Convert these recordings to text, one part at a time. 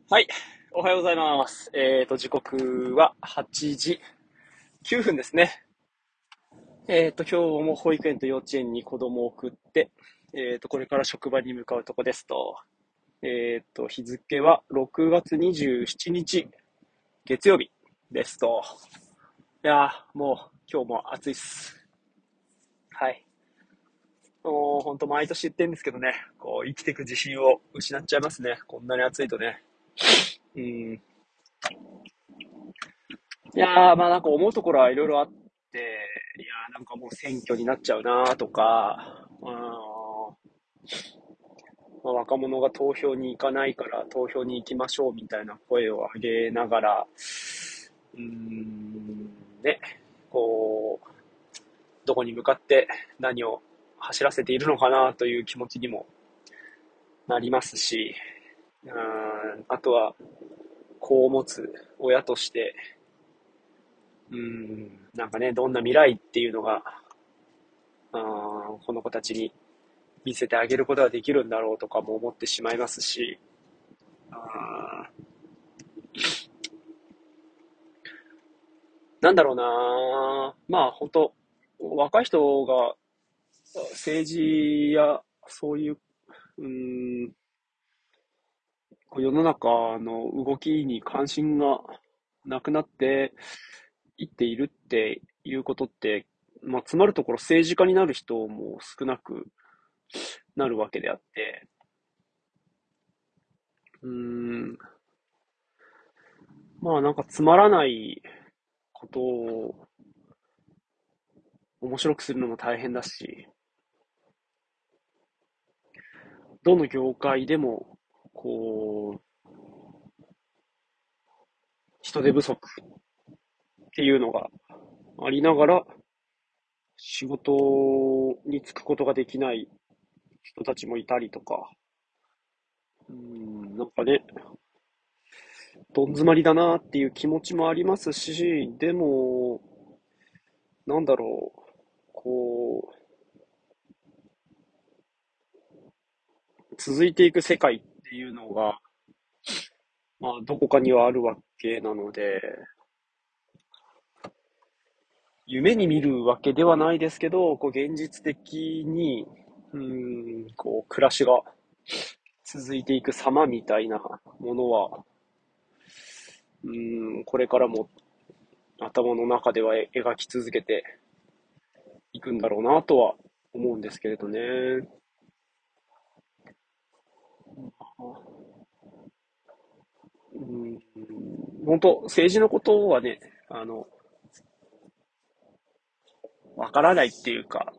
はい。おはようございます。時刻は8時9分ですね。今日も保育園と幼稚園に子供を送って、これから職場に向かうとこですと。日付は6月27日月曜日ですと。いやー、もう今日も暑いっす。はい。もうほんと毎年言ってるんですけどね、こう生きていく自信を失っちゃいますね。こんなに暑いとね。うん。いやー、まあなんか思うところはいろいろあって、いやーなんかもう選挙になっちゃうなとか、まあ、若者が投票に行かないから投票に行きましょうみたいな声を上げながら、ね、こう、どこに向かって何を走らせているのかなという気持ちにもなりますし、あとは子を持つ親として、なんかね、どんな未来っていうのが、この子たちに見せてあげることができるんだろうとかも思ってしまいますし、あなんだろうな、まあ本当若い人が政治やそういう、うん、世の中の動きに関心がなくなっていっているっていうことって、まあ、つまるところ政治家になる人も少なくなるわけであって、うーん、まあなんかつまらないことを面白くするのも大変だし、どの業界でも、こう、人手不足っていうのがありながら、仕事に就くことができない人たちもいたりとか、なんかね、どん詰まりだなっていう気持ちもありますし、でも、なんだろう、こ続いていく世界っていうのが、まあ、どこかにはあるわけなので、夢に見るわけではないですけど、こう現実的に、こう暮らしが続いていく様みたいなものは、これからも頭の中では描き続けていくんだろうなとは思うんですけれどね。うん、本当政治のことはね、わからないっていうか、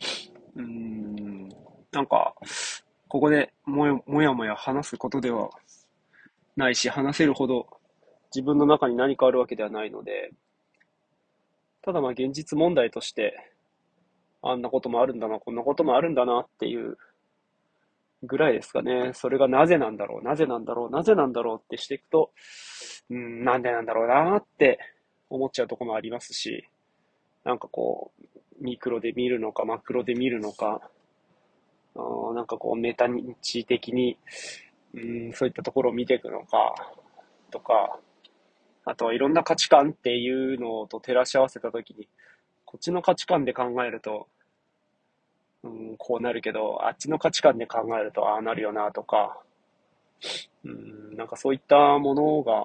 なんか、ここでもやもや話すことではないし、話せるほど自分の中に何かあるわけではないので、ただまあ現実問題として、あんなこともあるんだな、こんなこともあるんだなっていうぐらいですかね。それがなぜなんだろう、なぜなんだろう、なぜなんだろうってしていくと、なんでなんだろうなって思っちゃうところもありますし、なんかこう、ミクロで見るのか、マクロで見るのか、なんかこう、メタ認知的に、そういったところを見ていくのか、とか、あとはいろんな価値観っていうのと照らし合わせたときに、こっちの価値観で考えると、こうなるけど、あっちの価値観で考えるとああなるよなとか、なんかそういったものが、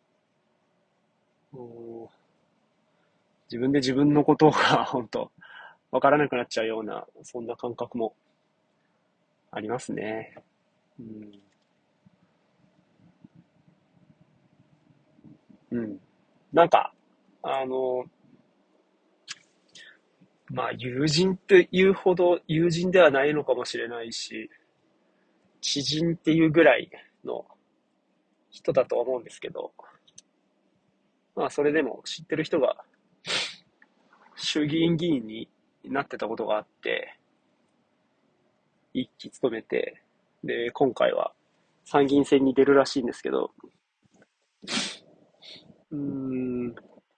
うん自分で自分のことが本当わからなくなっちゃうような、そんな感覚もありますね。うん。うん。なんか、あの、まあ友人っていうほど友人ではないのかもしれないし、知人っていうぐらいの人だとは思うんですけど、まあそれでも知ってる人が衆議院議員になってたことがあって、一期務めて、で、今回は参議院選に出るらしいんですけど、うーん、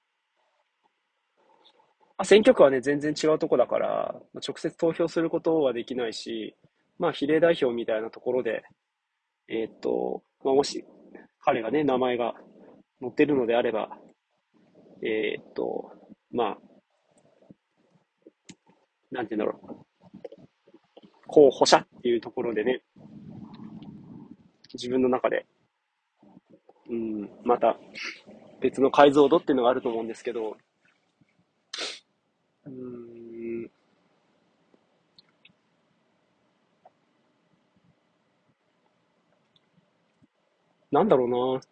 選挙区はね、全然違うとこだから、直接投票することはできないし、まあ比例代表みたいなところで、もし彼がね、名前が載ってるのであれば、えーっと、まあ、なんて言うんだろう、候補者っていうところでね、自分の中で、また別の解像度っていうのがあると思うんですけど、うーん、なんだろうな。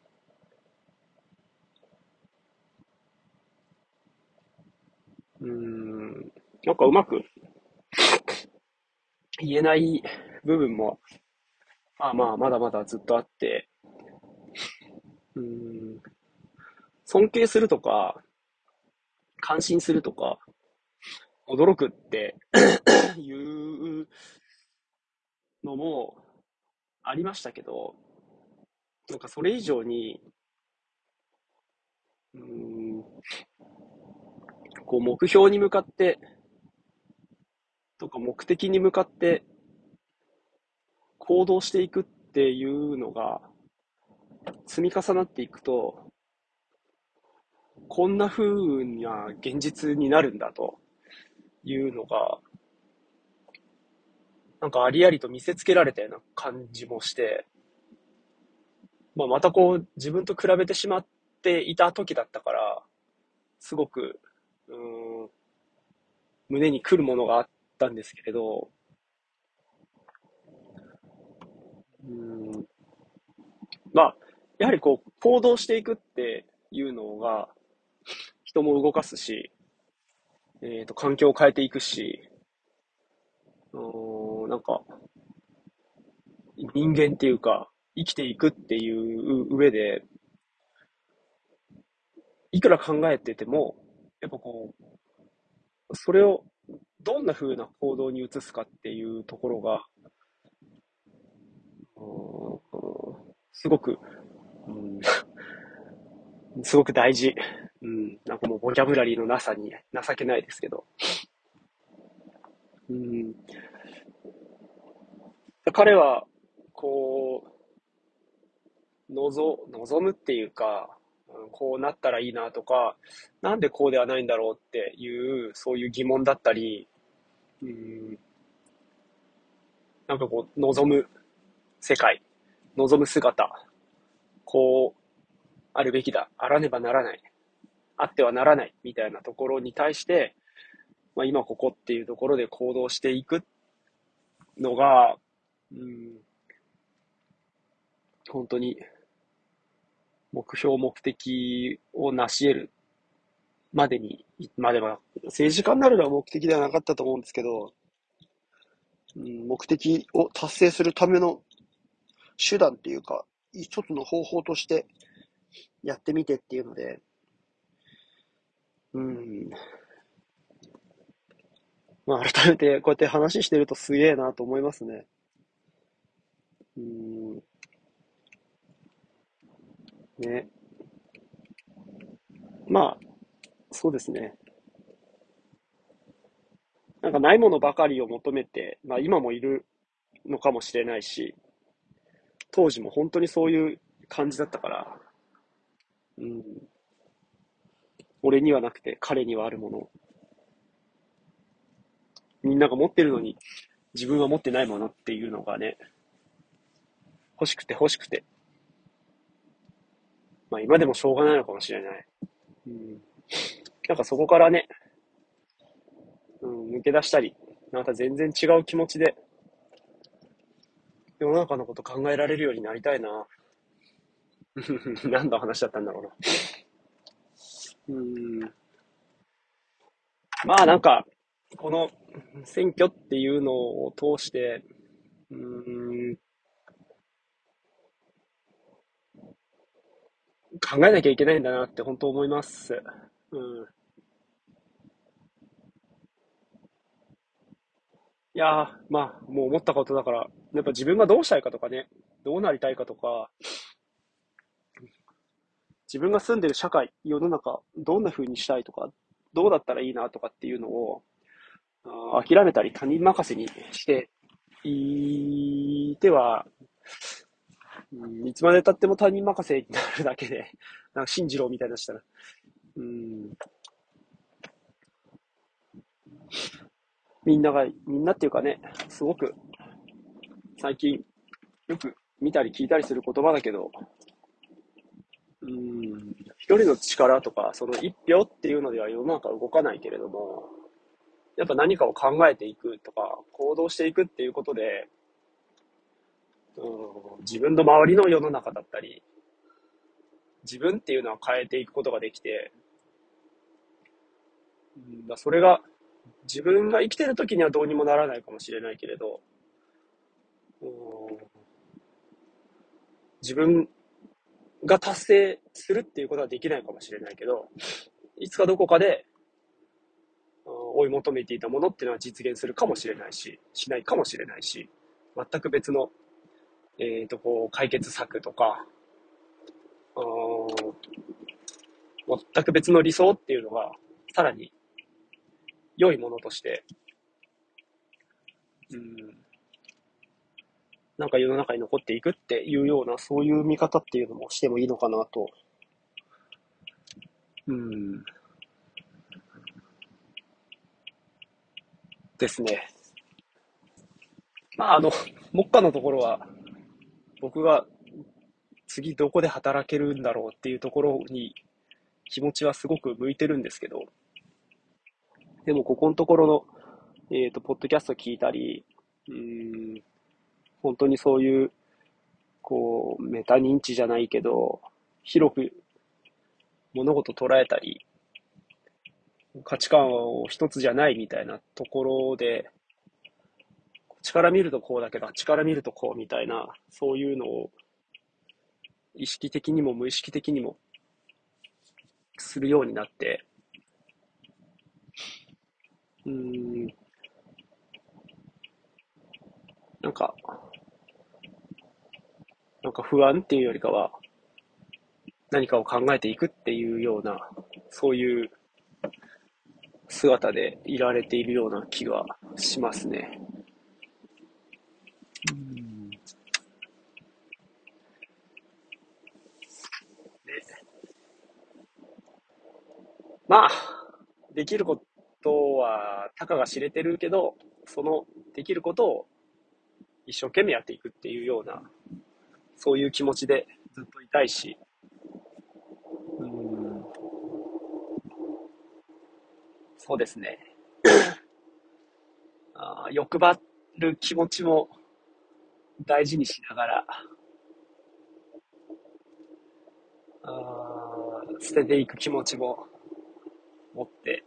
なんかうまく言えない部分も、まだまだずっとあって、うーん、尊敬するとか、感心するとか、驚くっていうのもありましたけど、なんかそれ以上に、うーん、こう目標に向かってとか目的に向かって行動していくっていうのが積み重なっていくと、こんな風な現実になるんだというのが、なんかありありと見せつけられたような感じもして、またこう自分と比べてしまっていた時だったから、すごく、うーん、胸に来るものがあったんですけれど、うーん、まあ、やはりこう行動していくっていうのが人も動かすし、環境を変えていくし、なんか人間っていうか、生きていくっていう上で、いくら考えてても、やっぱこう、それをどんな風な行動に移すかっていうところが、すごく、うん、すごく大事。なんかもうボキャブラリーのなさに情けないですけど。うん、彼は、こ望むっていうか、こうなったらいいなとか、なんでこうではないんだろうっていう、そういう疑問だったり、うん、なんかこう、望む世界、望む姿、こうあるべきだ、あらねばならない、あってはならない、みたいなところに対して、今ここっていうところで行動していくのが、うん、本当に目標、目的を成し得るまでに、までは、政治家になるのは目的ではなかったと思うんですけど、目的を達成するための手段っていうか、一つの方法としてやってみてっていうので、うん、改めてこうやって話してるとすげえなと思いますね。うん、ね。まあ、そうですね。なんかないものばかりを求めて、今もいるのかもしれないし、当時も本当にそういう感じだったから、うん、俺にはなくて彼にはあるもの、みんなが持ってるのに自分は持ってないものっていうのがね、欲しくて欲しくて、今でもしょうがないのかもしれない。うん、なんかそこからね、抜け出したり、また全然違う気持ちで世の中のこと考えられるようになりたいな。何の話だったんだろうな。うん。なんか、この選挙っていうのを通して、うーん、考えなきゃいけないんだなって本当思います。うん。いやー、もう思ったことだから、やっぱ自分がどうしたいかとかね、どうなりたいかとか、自分が住んでる社会、世の中、どんな風にしたいとか、どうだったらいいなとかっていうのを、諦めたり他人任せにしていてはいつまで経っても他人任せになるだけで、なんか信じろみたいなしたら、うん、みんなっていうかね、すごく最近よく見たり聞いたりする言葉だけど、一人の力とか、その一票っていうのでは世の中動かないけれども、やっぱ何かを考えていくとか、行動していくっていうことで、自分の周りの世の中だったり、自分っていうのは変えていくことができて、それが自分が生きてる時にはどうにもならないかもしれないけれど、自分が達成するっていうことはできないかもしれないけど、いつかどこかで追い求めていたものっていうのは実現するかもしれないし、しないかもしれないし、全く別の、こう解決策とか、全く別の理想っていうのが、さらに良いものとして、うん、なんか世の中に残っていくっていうような、そういう見方っていうのもしてもいいのかなと、うん、ですね。まあ、目下のところは、僕が次どこで働けるんだろうっていうところに気持ちはすごく向いてるんですけど、でもここのところの、ポッドキャスト聞いたり、うーん、本当にそういう、こう、メタ認知じゃないけど、広く物事捉えたり、価値観を一つじゃないみたいなところで、こっちから見るとこうだけど、あっちから見るとこうみたいな、そういうのを意識的にも無意識的にもするようになって、うーん、なんか、なんか不安っていうよりかは、何かを考えていくっていうような、そういう姿でいられているような気がしますね。まあ、できることはたかが知れてるけど、そのできることを一生懸命やっていくっていうような、そういう気持ちでずっといたいし、うん、そうですね。欲張る気持ちも大事にしながら、捨てていく気持ちも持って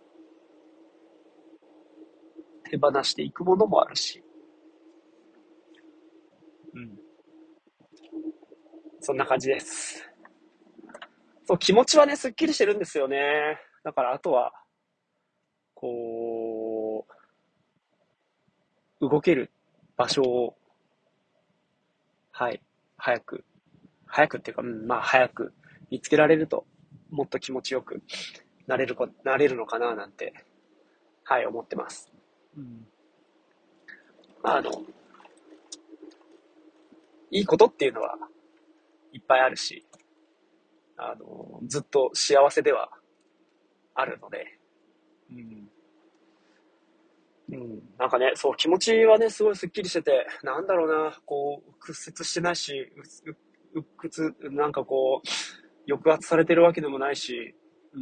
手放していくものもあるし、うん、そんな感じです。そう、気持ちはね、すっきりしてるんですよね。だからあとは、こう、動ける場所を、はい、早く、早くっていうか、まあ早く見つけられると、もっと気持ちよくなれるのかななんて、はい、思ってます。うん、まあいいことっていうのはいっぱいあるし、ずっと幸せではあるので、うん、なんかね、そう気持ちはね、すごいスッキリしてて、なんだろうな、こう、屈折してないし、鬱屈、なんかこう、抑圧されてるわけでもないし、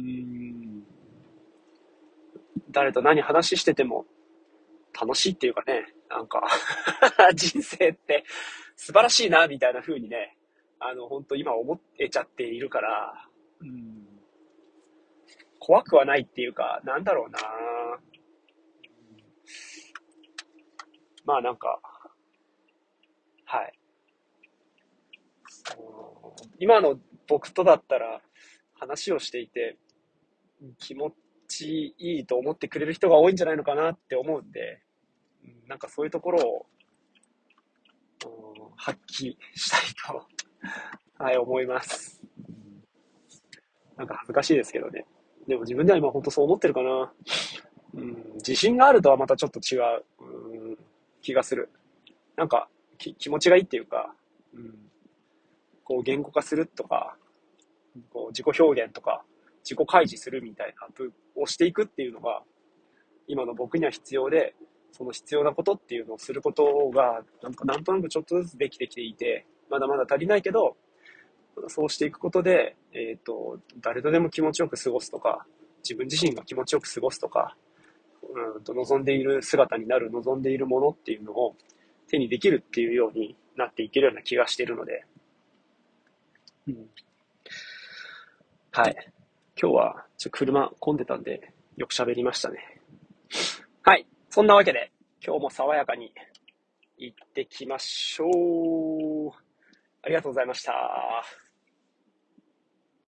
誰と何話してても楽しいっていうかね、なんか人生って素晴らしいな、みたいな風にね、本当今思えちゃっているから、怖くはないっていうか、なんだろうな、まあなんか、はい。今の僕とだったら話をしていて気持ちいいと思ってくれる人が多いんじゃないのかなって思うんで、なんかそういうところを発揮したいと、はい、思います。なんか恥ずかしいですけどね。でも自分では今本当そう思ってるかな。自信があるとはまたちょっと違う、気がする。なんか気持ちがいいっていうか、うん、 こう言語化するとか、こう自己表現とか、自己開示するみたいな部をしていくっていうのが、今の僕には必要で、その必要なことっていうのをすることが、なんとなくちょっとずつできてきていて、まだまだ足りないけど、そうしていくことで、誰とでも気持ちよく過ごすとか、自分自身が気持ちよく過ごすとか、望んでいる姿になる、望んでいるものっていうのを手にできるっていうようになっていけるような気がしているので、うん、はい。今日は車混んでたんで、よく喋りましたね。はい。そんなわけで、今日も爽やかに行ってきましょう。ありがとうございました。